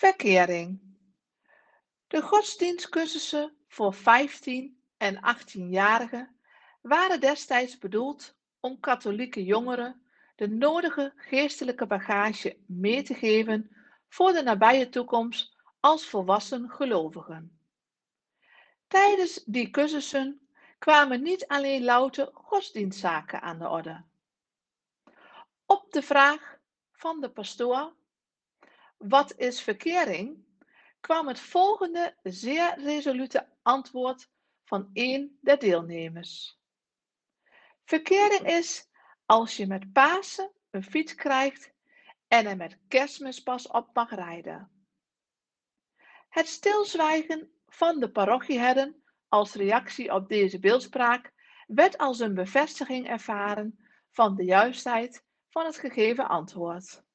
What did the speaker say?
Verkering. De godsdienstcursussen voor 15 en 18-jarigen waren destijds bedoeld om katholieke jongeren de nodige geestelijke bagage mee te geven voor de nabije toekomst als volwassen gelovigen. Tijdens die cursussen kwamen niet alleen louter godsdienstzaken aan de orde. Op de vraag van de pastoor: wat is verkering? Kwam het volgende zeer resolute antwoord van een der deelnemers: verkering is als je met Pasen een fiets krijgt en er met Kerstmis pas op mag rijden. Het stilzwijgen van de parochieherden als reactie op deze beeldspraak werd als een bevestiging ervaren van de juistheid van het gegeven antwoord.